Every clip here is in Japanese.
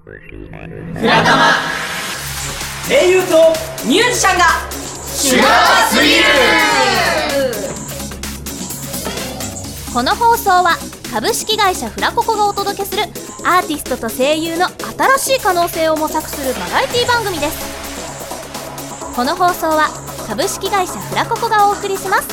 フラタマ、 声優とミュージシャンがシュガーすぎる。 この放送は株式会社フラココがお届けするアーティストと声優の新しい可能性を模索するバラエティ番組です。この放送は株式会社フラココがお送りします。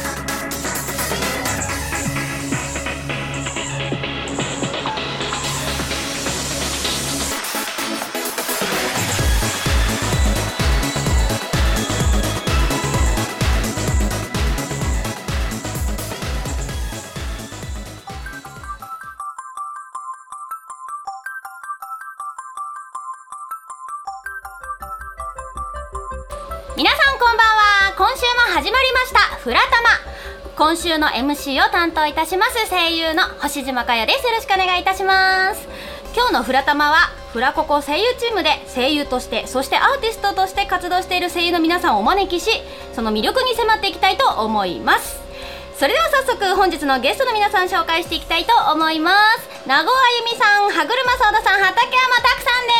皆さんこんばんは。今週も始まりましたフラタマ。今週の MC を担当いたします声優の星島かやです。よろしくお願いいたします。今日のフラタマはフラココ声優チームで声優として、そしてアーティストとして活動している声優の皆さんをお招きし、その魅力に迫っていきたいと思います。それでは早速本日のゲストの皆さん紹介していきたいと思います。名古屋あゆみさん、歯車そうださん、畠山拓さん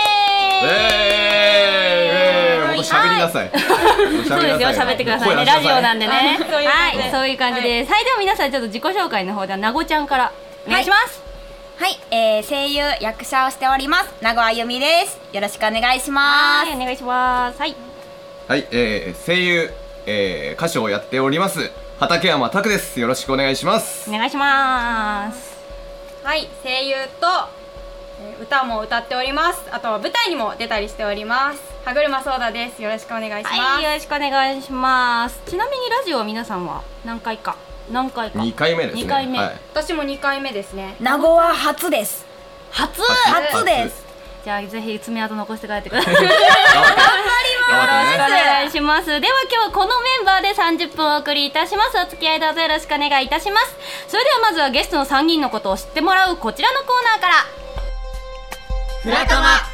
です。 喋りなさい。 そうですよ、喋ってくださいね。ラジオなんでね。はい、そういう感じです。はい、では皆さんちょっと自己紹介の方ではなごちゃんからお願いします。 はい、声優役者をしております名古屋あゆみです。よろしくお願いします。 はい、お願いします。はい、 はい、声優、歌手をやっております畠山拓です。よろしくお願いします。 お願いします。 はい、声優と歌も歌っております。あとは舞台にも出たりしております。歯車そうだです。よろしくお願いします。 はい、よろしくお願いします。ちなみにラジオは皆さんは何回か 2回目ですね。 2回目、 はい、 私も2回目ですね。 名古屋初です。 初です。 じゃあぜひ爪痕残して帰ってください。頑張ります。 よろしくお願いします。では今日はこのメンバーで30分お送りいたします。お付き合いどうぞよろしくお願いいたします。それではまずはゲストの3人のことを知ってもらうこちらのコーナーから。 フラタマ。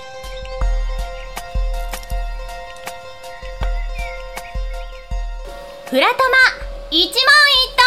フラタマ一問一答。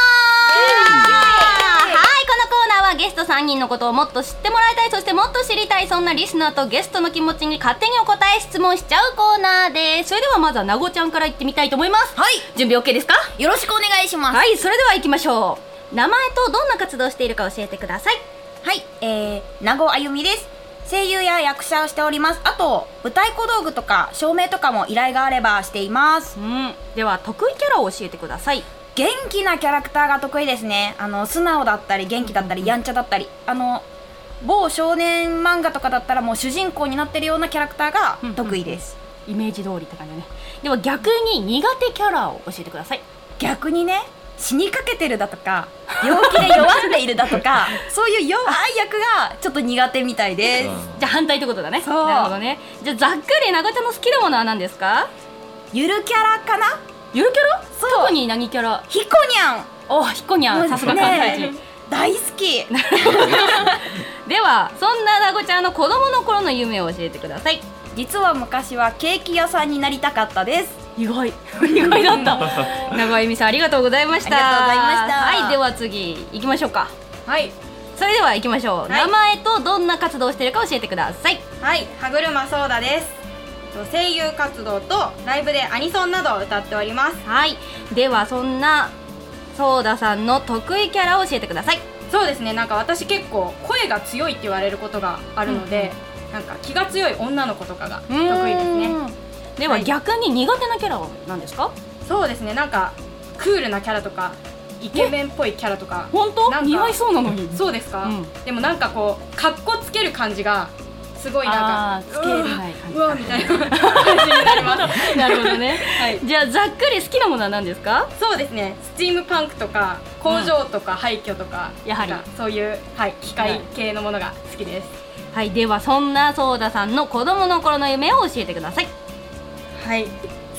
はい、このコーナーはゲスト3人のことをもっと知ってもらいたい、そしてもっと知りたい、そんなリスナーとゲストの気持ちに勝手にお答え質問しちゃうコーナーです。それではまずはなごちゃんから行ってみたいと思います。 はい、 準備 OK ですか？ よろしくお願いします。 はい、それでは行きましょう。名前とどんな活動をしているか教えてください。 はい、名古屋あゆみです。声優や役者をしております。あと舞台小道具とか照明とかも依頼があればしています。 では得意キャラを教えてください。 元気なキャラクターが得意ですね。素直だったり元気だったりやんちゃだったり、某少年漫画とかだったらもう主人公になってるようなキャラクターが得意です。 イメージ通りって感じね。では逆に苦手キャラを教えてください。 逆にね、死にかけてるだとか病気で弱んでいるだとかそういう弱い役がちょっと苦手みたいです。 じゃあ反対ってことだね。 そう、 なるほどね。じゃあざっくりなごちゃんの好きなものは何ですか？ ゆるキャラかな。 ゆるキャラ？ そう、 特に何キャラ？ ひこにゃん。 お、ひこにゃん、さすが関西人、 大好き。 ではそんななごちゃんの子供の頃の夢を教えてください。 実は昔はケーキ屋さんになりたかったです。 意外だった。名古屋由美さん、ありがとうございました。 ありがとうございました。 はい、では次行きましょうか。 はい、 それでは行きましょう。名前とどんな活動をしているか教えてください。 はい、歯車そうだです。声優活動とライブでアニソンなどを歌っております。 はい、ではそんなソーダさんの得意キャラを教えてください。 そうですね、なんか私結構声が強いって言われることがあるので、なんか気が強い女の子とかが得意ですね。 では逆に苦手なキャラは何ですか？ そうですね、なんかクールなキャラとかイケメンっぽいキャラとか。 本当？似合いそうなのに。 そうですか？でもなんかこうカッコつける感じがすごいなんかつけれない感じ。 うわみたいな感じになります。 なるほどね。はい。じゃあざっくり好きなものは何ですか？ そうですね、スチームパンクとか工場とか廃墟とか、 やはりそういう、はい、機械系のものが好きです。 はい、ではそんなソーダさんの子供の頃の夢を教えてください。 はい、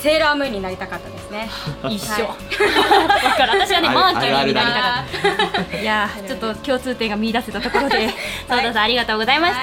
セーラームーンになりたかったですね。 一緒。だから私はねマーキュリーになりたかった。いやちょっと共通点が見出せたところで、ソーダさんありがとうございました。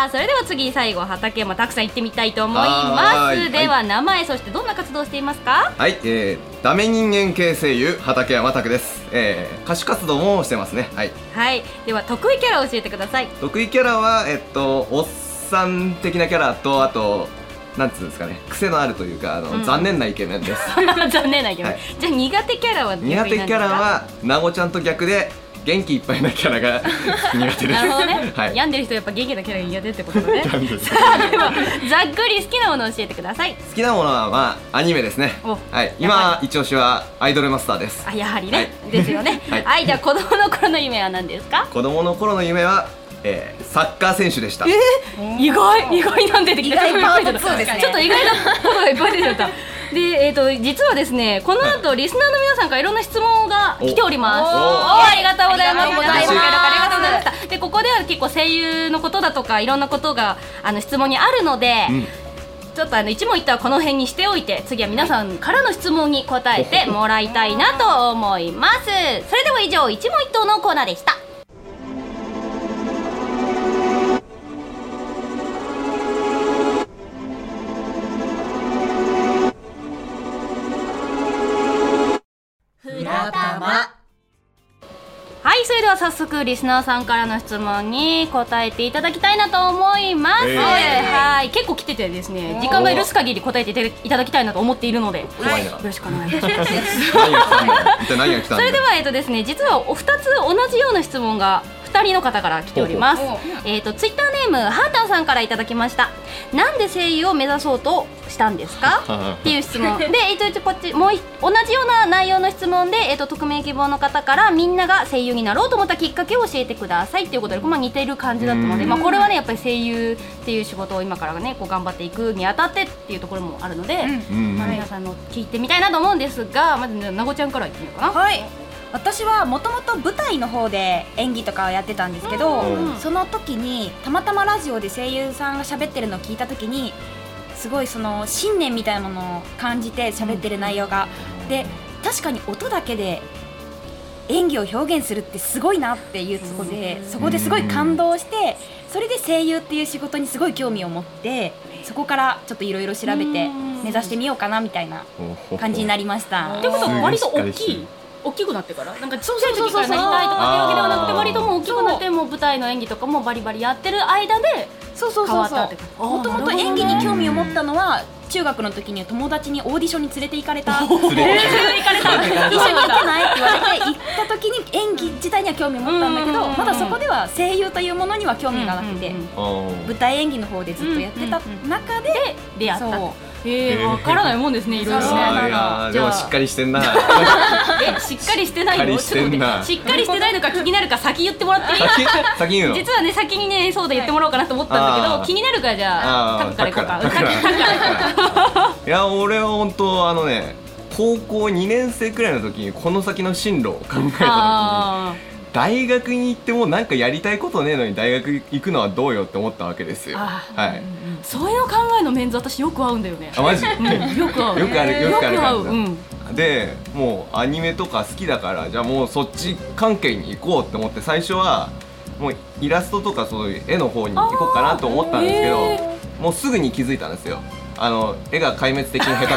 それでは次最後畠山拓さん行ってみたいと思います。では名前そしてどんな活動をしていますか？ はい、ダメ人間系声優畠山拓です。歌手活動もしてますね。はい。 はい。では得意キャラを教えてください。 得意キャラはおっさん的なキャラとあとなんつうんですかね、癖のあるというか残念なイケメンです。 残念なイケメン。じゃあ苦手キャラは苦手キャラはなごちゃんと逆で元気いっぱいなキャラが苦手です。 なるほどね。 はい。 病んでる人やっぱ元気なキャラが苦手ってことだね。さあではざっくり好きなものを教えてください。 好きなものはまあアニメですね。はい。今一押しはアイドルマスターです。 あ、やはりね。ですよね。はい。じゃあ子供の頃の夢は何ですか？ 子供の頃の夢はサッカー選手でした。 意外なん出てきた。 意外パート2ですね。 ちょっと意外なことがいっぱい出てちゃった。で、実はですね、この後リスナーの皆さんからいろんな質問が来ております。ありがとうございます。皆さんありがとうございました。で、ここでは結構声優のことだとかいろんなことが質問にあるので、ちょっと一問一答はこの辺にしておいて、次は皆さんからの質問に答えてもらいたいなと思います。それでは以上、一問一答のコーナーでした。はい、それでは早速リスナーさんからの質問に答えていただきたいなと思います。はい、結構来ててですね、時間が許す限り答えていただきたいなと思っているので、 怖いな。 よろしくお願いします。 何が来たんだ。 それではですね、実はお二つ同じような質問が2人の方から来ております。ツイッターネームハータンさんからいただきました。なんで声優を目指そうとしたんですかっていう質問で、こっちもう同じような内容の質問で、匿名希望の方からみんなが声優になろうと思ったきっかけを教えてくださいっていうことで、似ている感じだったので、これはねやっぱり声優っていう仕事を今からね頑張っていくにあたってっていうところもあるので、皆さんの聞いてみたいなと思うんですが、まずなごちゃんから言ってみようかな。 はい。私はもともと舞台の方で演技とかをやってたんですけど、その時にたまたまラジオで声優さんが喋ってるのを聞いた時にすごいその信念みたいなものを感じて喋ってる内容が、で確かに音だけで演技を表現するってすごいなっていうところで、そこですごい感動して、それで声優っていう仕事にすごい興味を持って、そこからちょっといろいろ調べて目指してみようかなみたいな感じになりました。 ってことは割と大きくなってからなんかちっちゃい時からなりたいとかっていうわけではなくて、割ともう大きくなってもう舞台の演技とかもバリバリやってる間で変わったってこと。 もともと演技に興味を持ったのは中学の時に友達にオーディションに連れて行かれた一緒に行けないって言われて行った時に演技自体には興味を持ったんだけど、まだそこでは声優というものには興味がなくて、舞台演技の方でずっとやってた中で出会った。わからないもんですね、いろいろね。 でもしっかりしてんな。 しっかりしてないの？ちょっと待って、しっかりしてないのか気になるか先言ってもらっていい？ 先言うの？ 実はね、先にね、そうだ言ってもらおうかなと思ったんだけど、気になるからじゃあタクからいこうか。 いや、俺は本当高校2年生くらいの時にこの先の進路を考えた時に、大学に行ってもなんかやりたいことねえのに大学行くのはどうよって思ったわけですよ。はい。 そういうの考えのメンズ私よく合うんだよね。 あ、マジ？ よく合う。 よくある感じだ。で、もうアニメとか好きだから、じゃあもうそっち関係に行こうって思って、最初はもうイラストとかそういう絵の方に行こうかなと思ったんですけど、もうすぐに気づいたんですよ。絵が壊滅的に下手だった。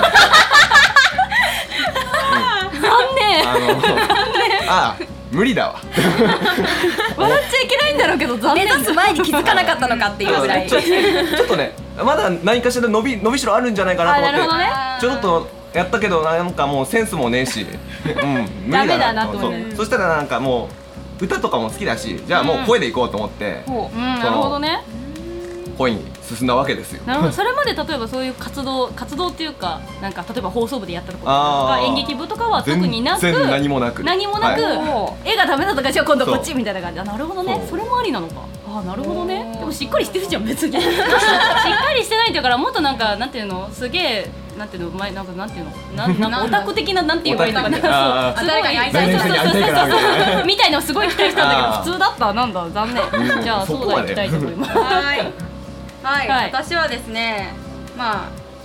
残念。 無理だわ。 笑っちゃいけないんだろうけど、残念。 目指す前に気づかなかったのかっていうぐらい。 ちょっとね、まだ何かしら伸びしろあるんじゃないかなと思って、ちょっとやったけどなんかもうセンスもねえし、無理だなと思って。そしたらなんかもう歌とかも好きだし、じゃあもう声でいこうと思って、 なるほどね。 声に進んだわけですよ。 なるほど。それまで例えばそういう活動っていうか、なんか例えば放送部でやったところとか演劇部とかは特になく、 全然何もなく絵がダメだとか、じゃあ今度こっちみたいな感じ。なるほどね。それもありなのか。なるほどね。でもしっかりしてるじゃん別に。しっかりしてないっていうから、もっとなんかなんていうの、すげえなんていうの、前なんかなんていうの、なんかオタク的ななんていうかいいのかな。そう。誰かに会いたいからみたいなのすごい期待したんだけど、普通だった。なんだ、残念。じゃあそうだ行きたいと思います。 はい、私はですね、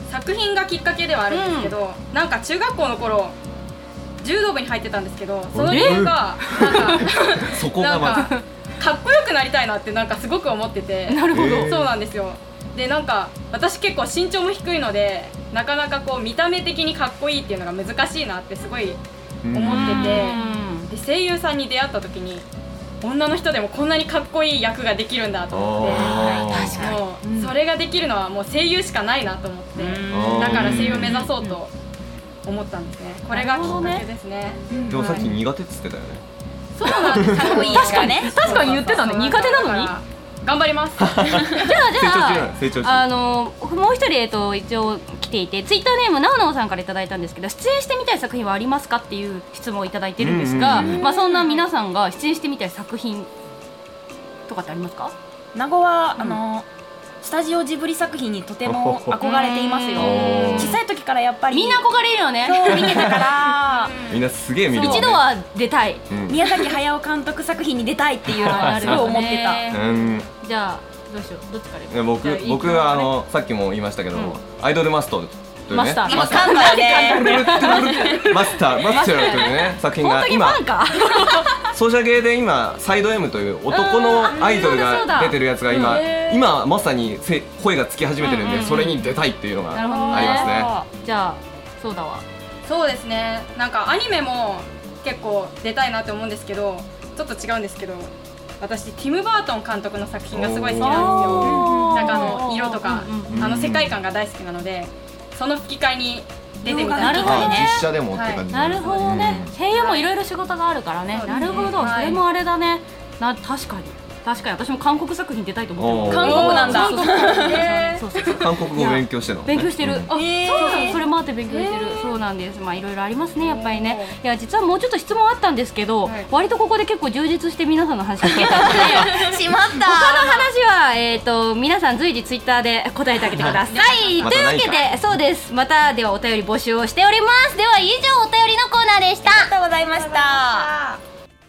作品がきっかけではあるんですけど、なんか中学校の頃柔道部に入ってたんですけど、その理由がなんかそこがまずなんかかっこよくなりたいなってなんかすごく思ってて。 なるほど。 そうなんですよ。でなんか私結構身長も低いので、なかなかこう見た目的にかっこいいっていうのが難しいなってすごい思ってて、で声優さんに出会った時に女の人でもこんなにかっこいい役ができるんだと思って、 確かにもうそれができるのはもう声優しかないなと思って、だから声優を目指そうと思ったんですね。これがきっかけですね。 でもさっき苦手っつってたよね。 そうなんです。かっこいい確かにね。 確かに言ってたね。苦手なのに。 頑張ります。 じゃあ成長中もう一人一応来ていて、ツイッターネームなおなおさんからいただいたんですけど、出演してみたい作品はありますかっていう質問をいただいてるんですが、まあそんな皆さんが出演してみたい作品とかってありますか？ 名護はスタジオジブリ作品にとても憧れていますよ。小さい時からやっぱりみんな憧れるよね。 そう見てたからみんなすげえ見るもんね。 一度は出たい。 宮崎駿監督作品に出たいっていうのはすごい思ってた。 じゃあどうしよう、どっちから僕はさっきも言いましたけど、アイドルマスターというね、 マスター今噛んだよね。 マスターというね作品が今ソシャゲで今サイド M という男のアイドルが出てるやつが今まさに声がつき始めてるんで、それに出たいっていうのがありますね。 じゃあそうだわ。 そうですね。なんかアニメも結構出たいなって思うんですけど、ちょっと違うんですけど、私ティム・バートン監督の作品がすごい好きなんですよ。なんか色とか世界観が大好きなので、その吹き替えに出てみたい。 なるほどね。 実写でもって感じ。 なるほどね。声優もいろいろ仕事があるからね。なるほど。それもあれだね。確かに私も韓国作品出たいと思ってる。 韓国なんだ。 韓国語勉強してるの？ 勉強してる。そうなの。それもあって勉強してる。そうなんです。まあいろいろありますね、やっぱりね。いや実はもうちょっと質問あったんですけど、割とここで結構充実して皆さんの話聞けたので、 しまった。 他の話は皆さん随時ツイッターで答えてあげてください。というわけで、そうです。またではお便り募集をしております。では以上お便りのコーナーでした。 ありがとうございました。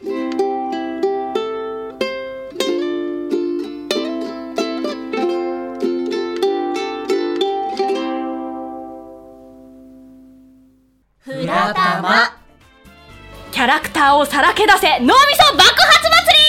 フラタマ。 キャラクターをさらけ出せ脳みそ爆発祭り。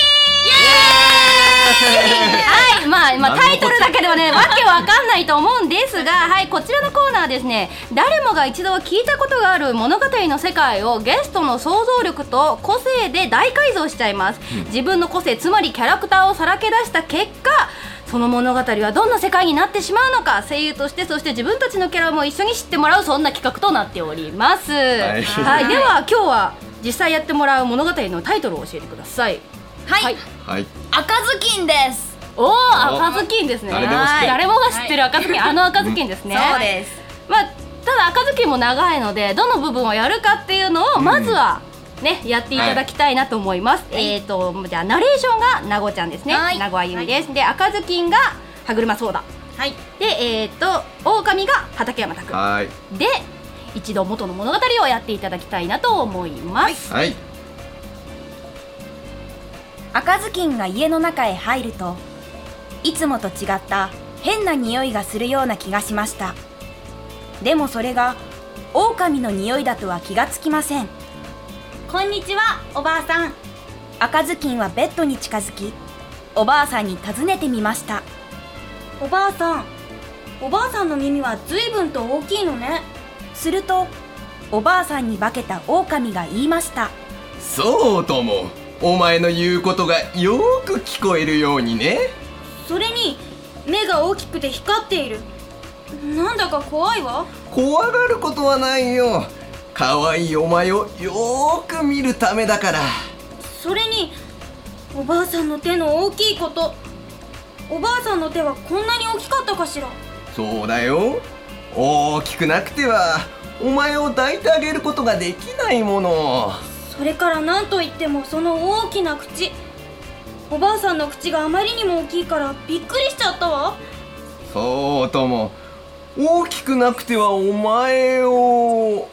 はい、まあタイトルだけではねわけわかんないと思うんですが、はい、こちらのコーナーですね、誰もが一度は聞いたことがある物語の世界をゲストの想像力と個性で大改造しちゃいます。自分の個性、つまりキャラクターをさらけ出した結果、その物語はどんな世界になってしまうのか、声優としてそして自分たちのキャラも一緒に知ってもらう、そんな企画となっております。はい、では今日は実際やってもらう物語のタイトルを教えてください。 はい、赤ずきんです。 おお、赤ずきんですね。誰もが知ってる赤ずきん、赤ずきんですね。 そうです。 まあただ赤ずきんも長いので、どの部分をやるかっていうのをまずはね、やっていただきたいなと思います。じゃあナレーションがなごちゃんですね。なごあゆみです。で、赤ずきんが歯車ソーダ。はい。で、狼が畠山拓。はい。で、一度元の物語をやっていただきたいなと思います。はい。 赤ずきんが家の中へ入ると、いつもと違った変な匂いがするような気がしました。でもそれが狼の匂いだとは気がつきません。 こんにちは、おばあさん。 赤ずきんはベッドに近づき、おばあさんに尋ねてみました。 おばあさんの耳は随分と大きいのね。 するとおばあさんに化けた狼が言いました。 そうとも、お前の言うことがよーく聞こえるようにね。 それに目が大きくて光っている。なんだか怖いわ。 怖がることはないよ。可愛いお前をよーく見るためだから。 それにおばあさんの手の大きいこと。おばあさんの手はこんなに大きかったかしら。 そうだよ。大きくなくてはお前を抱いてあげることができないもの。 それから何といってもその大きな口。おばあさんの口があまりにも大きいからびっくりしちゃったわ。 そうとも、大きくなくてはお前を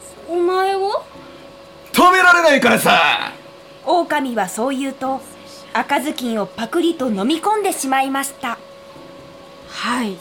止められないからさ。 狼はそう言うと、赤ずきんをパクリと飲み込んでしまいました。 はい、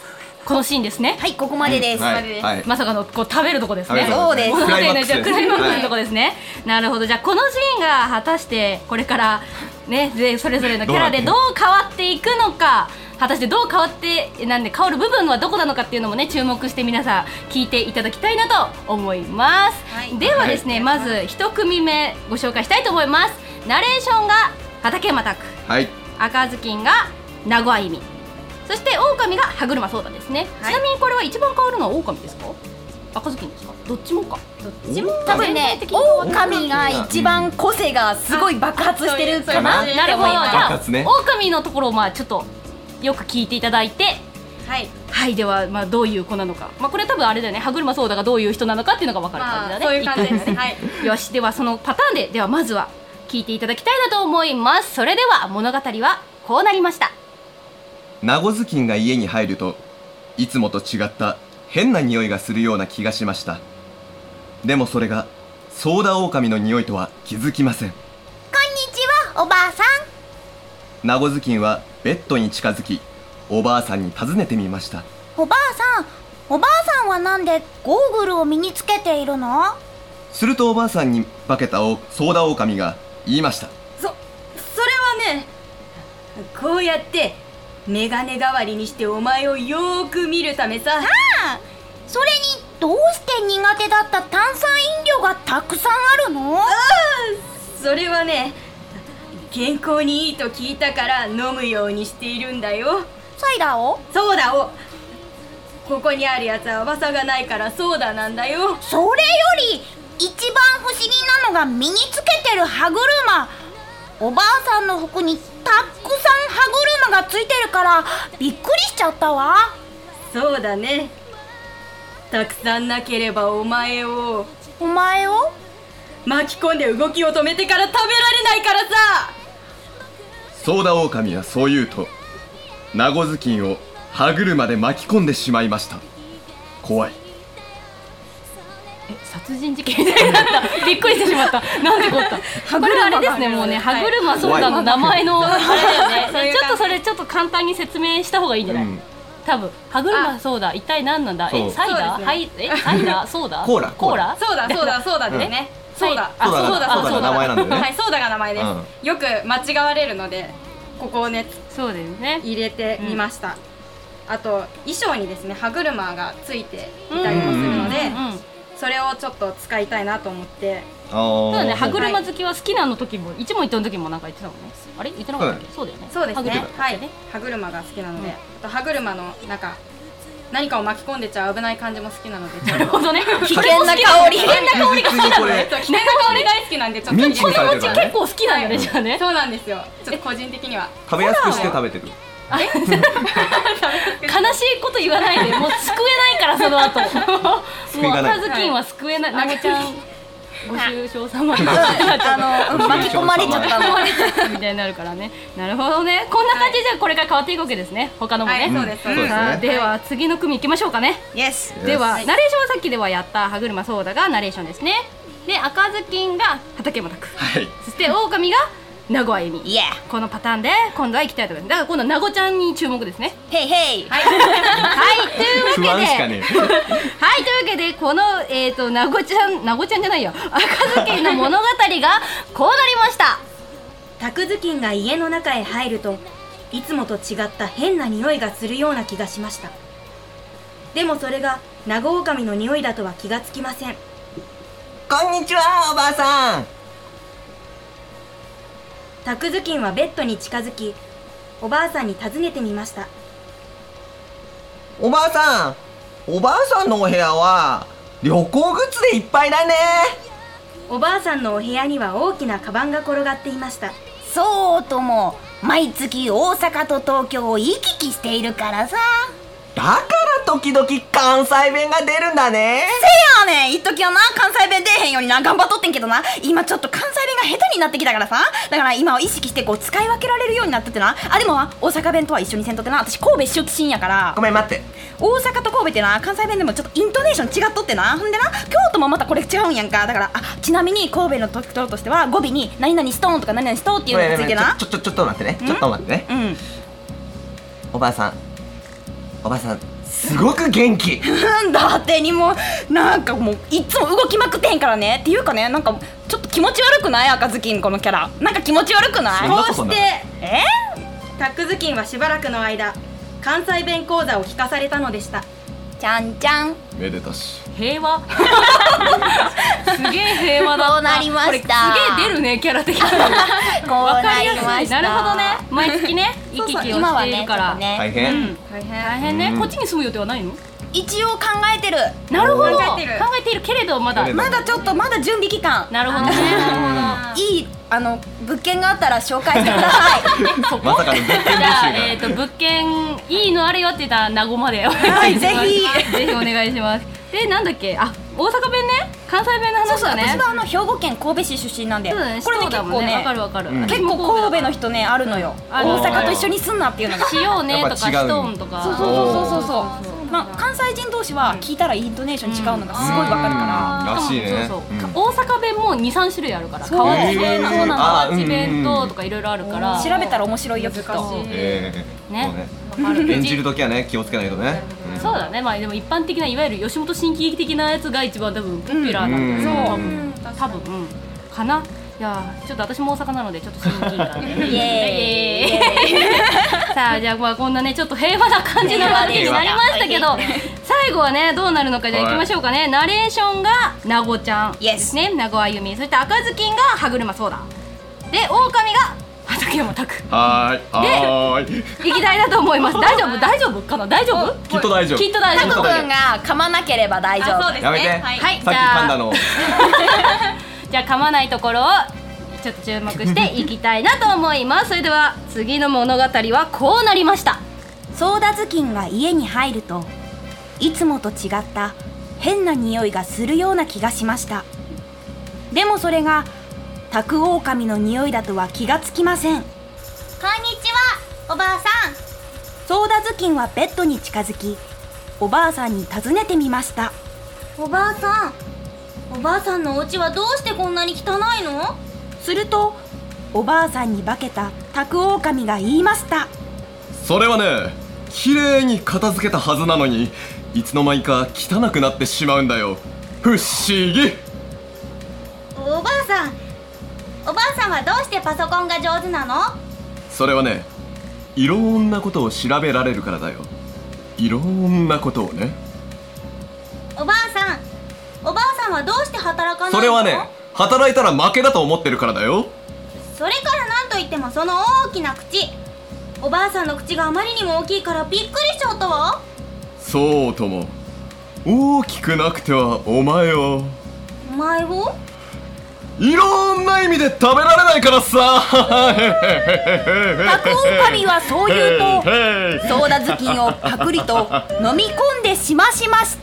このシーンですね。 はい、ここまでです。 はいはいまさかのこう食べるとこですね。 そうです。 物語のじゃあクライマックスのとここですね。なるほど。じゃあこのシーンが果たしてこれからねでそれぞれのキャラでどう変わっていくのか。果たしてどう変わって変わる部分はどこなのかっていうのもね注目して皆さん聞いていただきたいなと思います、ではですね、まず一組目ご紹介したいと思います。ナレーションが畠山拓、赤ずきんが名古屋由美、そして狼が歯車そうだですね、ちなみにこれは一番変わるのは狼ですか赤ずきんですか、どっちもか。どっちも多分ね、狼が一番個性がすごい爆発してるかなって思います。 なるほど。じゃあね、 狼のところをちょっとよく聞いていただいて、はい、ではどういう子なのか、これ多分あれだよね、歯車そうだがどういう人なのかっていうのが分かる感じだね。 そういう感じですね。はい。 よし、ではそのパターンでではまずは聞いていただきたいなと思います。それでは物語はこうなりました。 ナゴズキンが家に入るといつもと違った変な匂いがするような気がしました。でもそれがソーダ狼の匂いとは気づきません。 こんにちは、おばあさん。 ナゴズキンはベッドに近づきおばあさんに尋ねてみました。 おばあさん、おばあさんはなんでゴーグルを身につけているの？ するとおばあさんに化けたソーダ狼が言いました。 それはね、こうやってメガネ代わりにしてお前をよーく見るためさ。 ああ、それにどうして苦手だった炭酸飲料がたくさんあるの？ それはね、健康にいいと聞いたから飲むようにしているんだよ。 サイダーを？ ソーダを。ここにあるやつは甘さがないからソーダなんだよ。 それより一番不思議なのが身につけてる歯車。おばあさんの服にたくさん歯車がついてるからびっくりしちゃったわ。 そうだね、たくさんなければお前を巻き込んで動きを止めてから食べられないからさ。 ソーダ狼はそう言うとナゴズキンを歯車で巻き込んでしまいました。怖い。 殺人事件みたいになったびっくりしてしまった。なんてこった。これあれですね、もうね、歯車ソーダの名前のあれだよね。ちょっと簡単に説明した方がいいんじゃない？多分歯車ソーダ一体何なんだ？サイダー？サイダー？ソーダ？コーラ？ ソーダですね。ソーダが名前なんだよね。 はい、ソーダが名前です。よく間違われるのでここをね、 そうですね、 入れてみました。あと衣装にですね、歯車がついていたりもするので、それをちょっと使いたいなと思って。 そうだね、歯車好きは好きなの時も一問一答の時もなんか言ってたもんね。あれ言ってなかったっけ？そうだよね。 そうですね。はい。歯車が好きなので、あと歯車の何かを巻き込んでちゃ危ない感じも好きなので。 なるほどね。 危険な香り。 危険な香りが好きなのね。 危険な香り大好きなんで、ちょっと。 ミンチにされてるからね。 結構好きなんよね、じゃあね。 そうなんですよ。ちょっと個人的には。 食べやすくして食べてる。 悲しいこと言わないで、もう救えないからその後。もう赤ずきんは救えない。なごちゃんご愁傷様に巻き込まれちゃったのみたいになるからね。なるほどね。こんな感じでこれから変わっていくわけですね。他のもね。 そうです。 では次の組いきましょうかね。 イエス。 ではナレーションはさっきではやった歯車ソーダがナレーションですね。で赤ずきんが畠山拓、そして狼が名古屋由美。このパターンで今度は行きたいと思います。だから今度はなごちゃんに注目ですね。 ヘイヘイ。 はい、というわけではい、というわけでこのなごちゃんじゃないよ、赤ずきんの物語がこうなりました。 タクズキンが家の中へ入るといつもと違った変な匂いがするような気がしました。でもそれがナゴオオカミの匂いだとは気がつきません。 こんにちは、おばあさん。 タクズキンはベッドに近づき、おばあさんに尋ねてみました。 おばあさんのお部屋は旅行グッズでいっぱいだね。 おばあさんのお部屋には大きなカバンが転がっていました。 そうとも、毎月大阪と東京を行き来しているからさ。 だから時々関西弁が出るんだね。 せやねん、一時はな関西弁出えへんようにな頑張っとってんけどな、今ちょっと関西弁が下手になってきたからさ、だから今は意識してこう使い分けられるようになっててな。あ、でも大阪弁とは一緒にせんとってな、私神戸出身やから。 ごめん待って、 大阪と神戸ってな関西弁でもちょっとイントネーション違っとってな。ほんでな京都もまたこれ違うんやんか。だからちなみに神戸の特徴としては語尾に何々ストーンとか何々ストーンっていうのがついてな。 ちょっと待ってね、ちょっと待ってね。おばあさんすごく元気。 だってにもなんかもういつも動きまくってへんからね。っていうかね、なんかちょっと気持ち悪くない？赤ずきんこのキャラなんか気持ち悪くない？ そんなことない。 タックズキンはしばらくの間関西弁講座を聞かされたのでした。 ちゃんちゃんめでたし。 平和すげえ平和だった。 こうなりました。 これすげえ出るねキャラ的にこうなりました。 なるほどね。毎月ね行き来をしているから大変。 大変ね。こっちに住む予定はないの？ 一応考えてる。 なるほど。考考えてるえているけれどまだちょっとまだ準備期間。 なるほどね。 いい物件があったら紹介してください。 まさかの物件募集じゃあ物件いいのあるよって言ったら名護までお願いします。 ぜひお願いします。でなんだっけ、あ、大阪弁ね、関西弁の話だね。 私は兵庫県神戸市出身なんで、これね結構ねわかるわかる。 結構神戸の人ねあるのよ。大阪と一緒にすんなっていうのが。 しようねとかしとんとか。 そう。まあ関西人同士は聞いたらイントネーション違うのがすごいわかるから。 らしいね。 大阪弁も2、3種類あるから。河内弁と河内弁とかいろいろあるから。 調べたら面白いよきっと。 ね。 演じるときはね気をつけないとね。 そうだね。まあでも一般的ないわゆる吉本新喜劇的なやつが一番多分ポピュラーなんだよね。多分かな。いやちょっと私も大阪なのでちょっと親近感でイエーイさあじゃあまあこんなねちょっと平和な感じの番組になりましたけど最後はねどうなるのかじゃあいきましょうかね。ナレーションがなごちゃんですね。なごあゆみ、そして赤ずきんが歯車そうだで、オオカミが畠山拓で行きたいなと思います。大丈夫かな。大丈夫？ きっと大丈夫。 タコくんが噛まなければ大丈夫。 やめて。 はい、 さっき噛んだの。 じゃあ噛まないところをちょっと注目していきたいなと思います。それでは次の物語はこうなりました。 ソーダ頭巾が家に入るといつもと違った変な匂いがするような気がしました。でもそれがタクオオカミの匂いだとは気がつきません。 こんにちは、おばあさん。 ソーダ頭巾はベッドに近づきおばあさんに尋ねてみました。 おばあさん、おばあさんのお家はどうしてこんなに汚いの？ するとおばあさんに化けたタクオオカミが言いました。 それはね、綺麗に片付けたはずなのにいつの間にか汚くなってしまうんだよ。不思議。 おばあさんはどうしてパソコンが上手なの？ それはね、いろんなことを調べられるからだよ。いろんなことをね。 おばあさんはどうして働かないの？ それはね、働いたら負けだと思ってるからだよ。 それからなんといってもその大きな口。おばあさんの口があまりにも大きいからびっくりしちゃったわ。 そうとも。大きくなくてはお前をいろんな意味で食べられないからさ。 タクオオカミはそう言うとソーダ頭巾をパクリと飲み込んでしましました。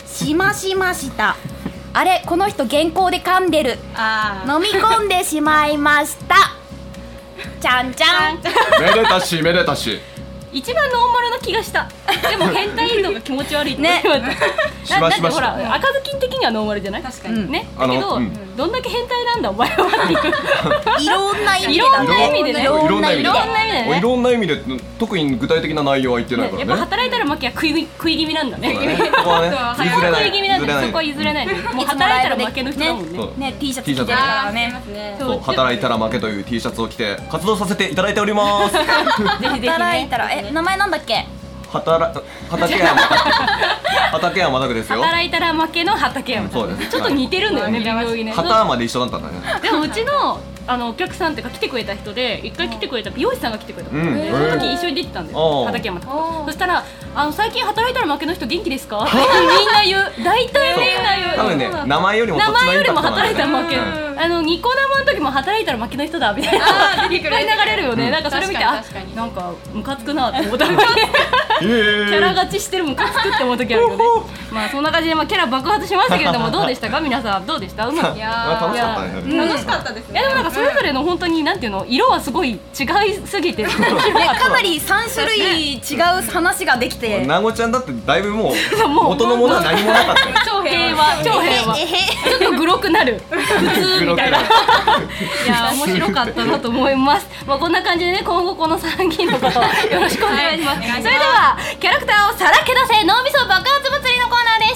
あれ、この人原稿で噛んでる。飲み込んでしまいました。ちゃんちゃん。 めでたしめでたし。 一番ノーマルな気がした。でも変態度が気持ち悪いって言われた。だってほら赤ずきん的にはノーマルじゃない？確かにね。だけどどんだけ変態なんだお前はっていろんな意味でいろんな意味でね。 いろんな意味で特に具体的な内容は言ってないからね。 やっぱ働いたら負けは食い気味なんだね。 そこはね譲れない。 食い気味なんだね。そこは譲れない。もう働いたら負けの人だもんね。 ね、T シャツ着てるからね。 そう、働いたら負けという T シャツを着て活動させていただいております。 働いたら名前なんだっけ？ 畠山拓ですよ。 働いたら負けの畠山。 そうです。 ちょっと似てるんだよね、微妙にね。 畑山で一緒だったんだね。 でもうちのお客さんっていうか来てくれた人で一回来てくれた美容師さんが来てくれたので、その時一緒に出てたんですよ、畠山と。そしたら最近働いたら負けの人元気ですか？ってみんな言う。大体みんな言う。 多分ね、名前よりも働いたら負け。ニコ生の時も働いたら負けの人だみたいな。いっぱい流れるよね。なんかそれ見てなんかムカつくなって思った。キャラ勝ちしてるムカつくって思う時あるよね。まあそんな感じでキャラ爆発しましたけれどもどうでしたか皆さん？どうでした？うまく。 いや楽しかったね。 楽しかったですね。 いやでもなんかそれぞれの本当になんていうの色はすごい違いすぎてかなり3種類違う話ができて。 なごちゃんだってだいぶもう元のものは何もなかったよ。 超平和、超平和。ちょっとグロくなる。普通みたいな。いや面白かったなと思います。まあこんな感じでね、今後この3人のことをよろしくお願いします。それではキャラクターをさらけ出せ脳みそ爆発祭りのコーナーでした。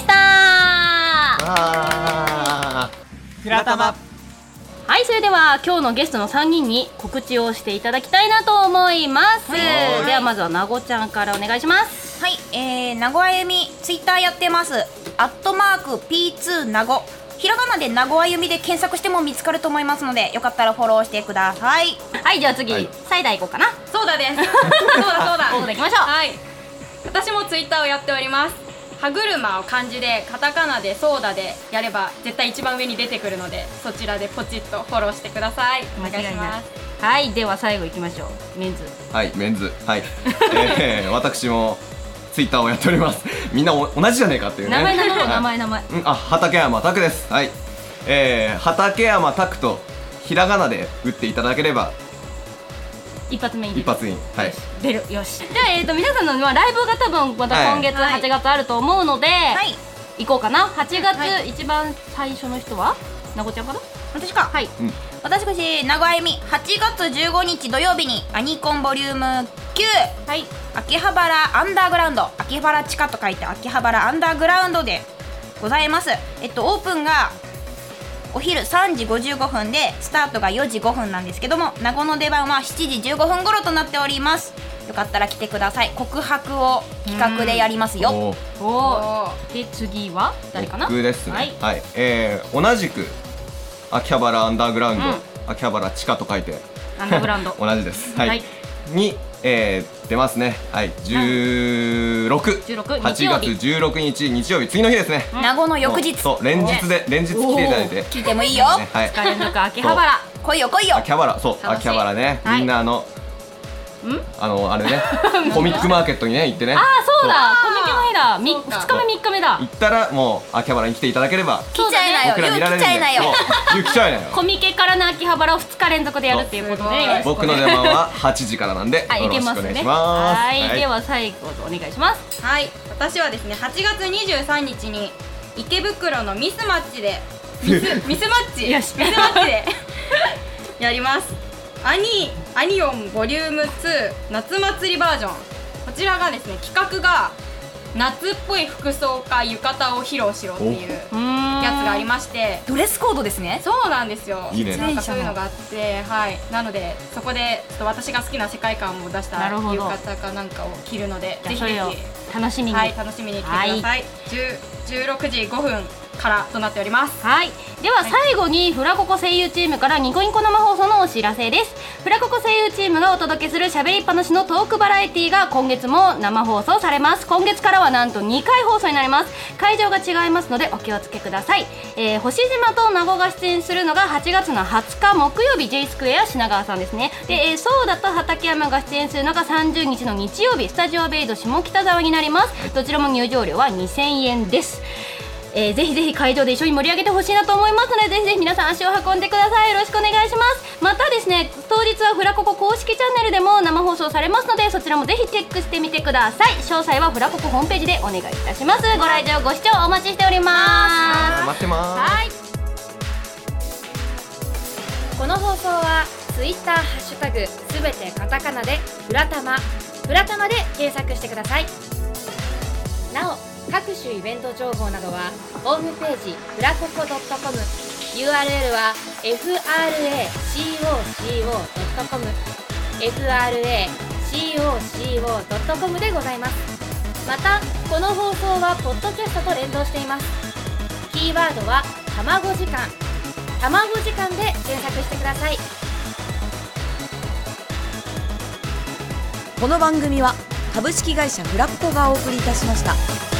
フラタマ。 はい、それでは今日のゲストの3人に告知をしていただきたいなと思います。ではまずはなごちゃんからお願いします。 はい、名古屋ゆみツイッターやってます。@P2 なご、ひらがなで名古屋ゆみで検索しても見つかると思いますので、よかったらフォローしてください。 はい、じゃあ次、 はい、 サイダー行こうかな。 そうだですそうだそうだ行きましょう。 はい、私もツイッターをやっております。歯車を漢字でカタカナでソーダでやれば絶対一番上に出てくるので、そちらでポチッとフォローしてください。お願いします。 はい、では最後行きましょう。メンズ。 はい、メンズ。はい、私もツイッターをやっております。みんな同じじゃねえかっていうね。 名前。 はい、あ、畠山拓です。はい、畠山拓とひらがなで打っていただければ一発目に一発に、はい、 出る。よし。じゃあ皆さんのライブが多分また今月8月あると思うので、行こうかな。8月一番最初の人はなごちゃんかな。 私か。 はい。 私名古屋ゆみ8月15日土曜日にアニコンボリューム9、はい、秋葉原アンダーグラウンド、秋葉原地下と書いて秋葉原アンダーグラウンドでございます。オープンがお昼3時55分でスタートが4時5分なんですけども、名護の出番は7時15分頃となっております。よかったら来てください。告白を企画でやりますよ。 おで次は誰かな。 僕ですね。はい、同じく秋葉原アンダーグラウンド、秋葉原地下と書いてアンダーグラウンド同じです。はい、に、出ますね。はい、8月16日日曜日、次の日ですね。 名護の翌日。 そう、連日来ていただいて。 聞いてもいいよ。 はい、 2日連続秋葉原。 来いよ来いよ。 秋葉原、そう、秋葉原ね。みんなあれね、コミックマーケットにね行ってね。 ああ、そうだ、コミックの日だ。2日目3日目だ。 行ったらもう秋葉原に来ていただければ来ちゃいなよ。 僕ら見られるんで。来ちゃいなよ。 コミケからの秋葉原を2日連続でやるっていうことで、 僕の出番は8時からなんでよろしくお願いします。 はい、では最後お願いします。 はい、私はですね8月23日に池袋のミスマッチでミスマッチでやります。アニオンボリューム2夏祭りバージョン。こちらがですね、企画が夏っぽい服装か浴衣を披露しろっていうやつがありまして、 ドレスコードですね。 そうなんですよ。 いいね。 なんかそういうのがあって、はい、なのでそこでちょっと私が好きな世界観を出した浴衣かなんかを着るので、ぜひぜひ楽しみに、 楽しみに来てください。16時5分からとなっております。 はい、では最後にフラココ声優チームからニコニコ生放送のお知らせです。フラココ声優チームがお届けするしゃべりっぱなしのトークバラエティが今月も生放送されます。今月からはなんと2回放送になります。会場が違いますのでお気をつけください。星島と名護が出演するのが8月の20日木曜日 J スクエア品川さんですね。で、ソーダと畠山が出演するのが30日の日曜日スタジオベイド下北沢になります。どちらも入場料は2000円です。ぜひぜひ会場で一緒に盛り上げてほしいなと思いますので、ぜひぜひ皆さん足を運んでください。よろしくお願いします。またですね、当日はフラココ公式チャンネルでも生放送されますので、そちらもぜひチェックしてみてください。詳細はフラココホームページでお願いいたします。ご来場ご視聴お待ちしております。 待ってます。 はい、 この放送はツイッターハッシュタグすべてカタカナでフラタマで検索してください。なお各種イベント情報などはホームページフラココ .com、 URL は fracoco.com でございます。またこの放送はポッドキャストと連動しています。キーワードは卵時間で検索してください。 この番組は株式会社フラココがお送りいたしました。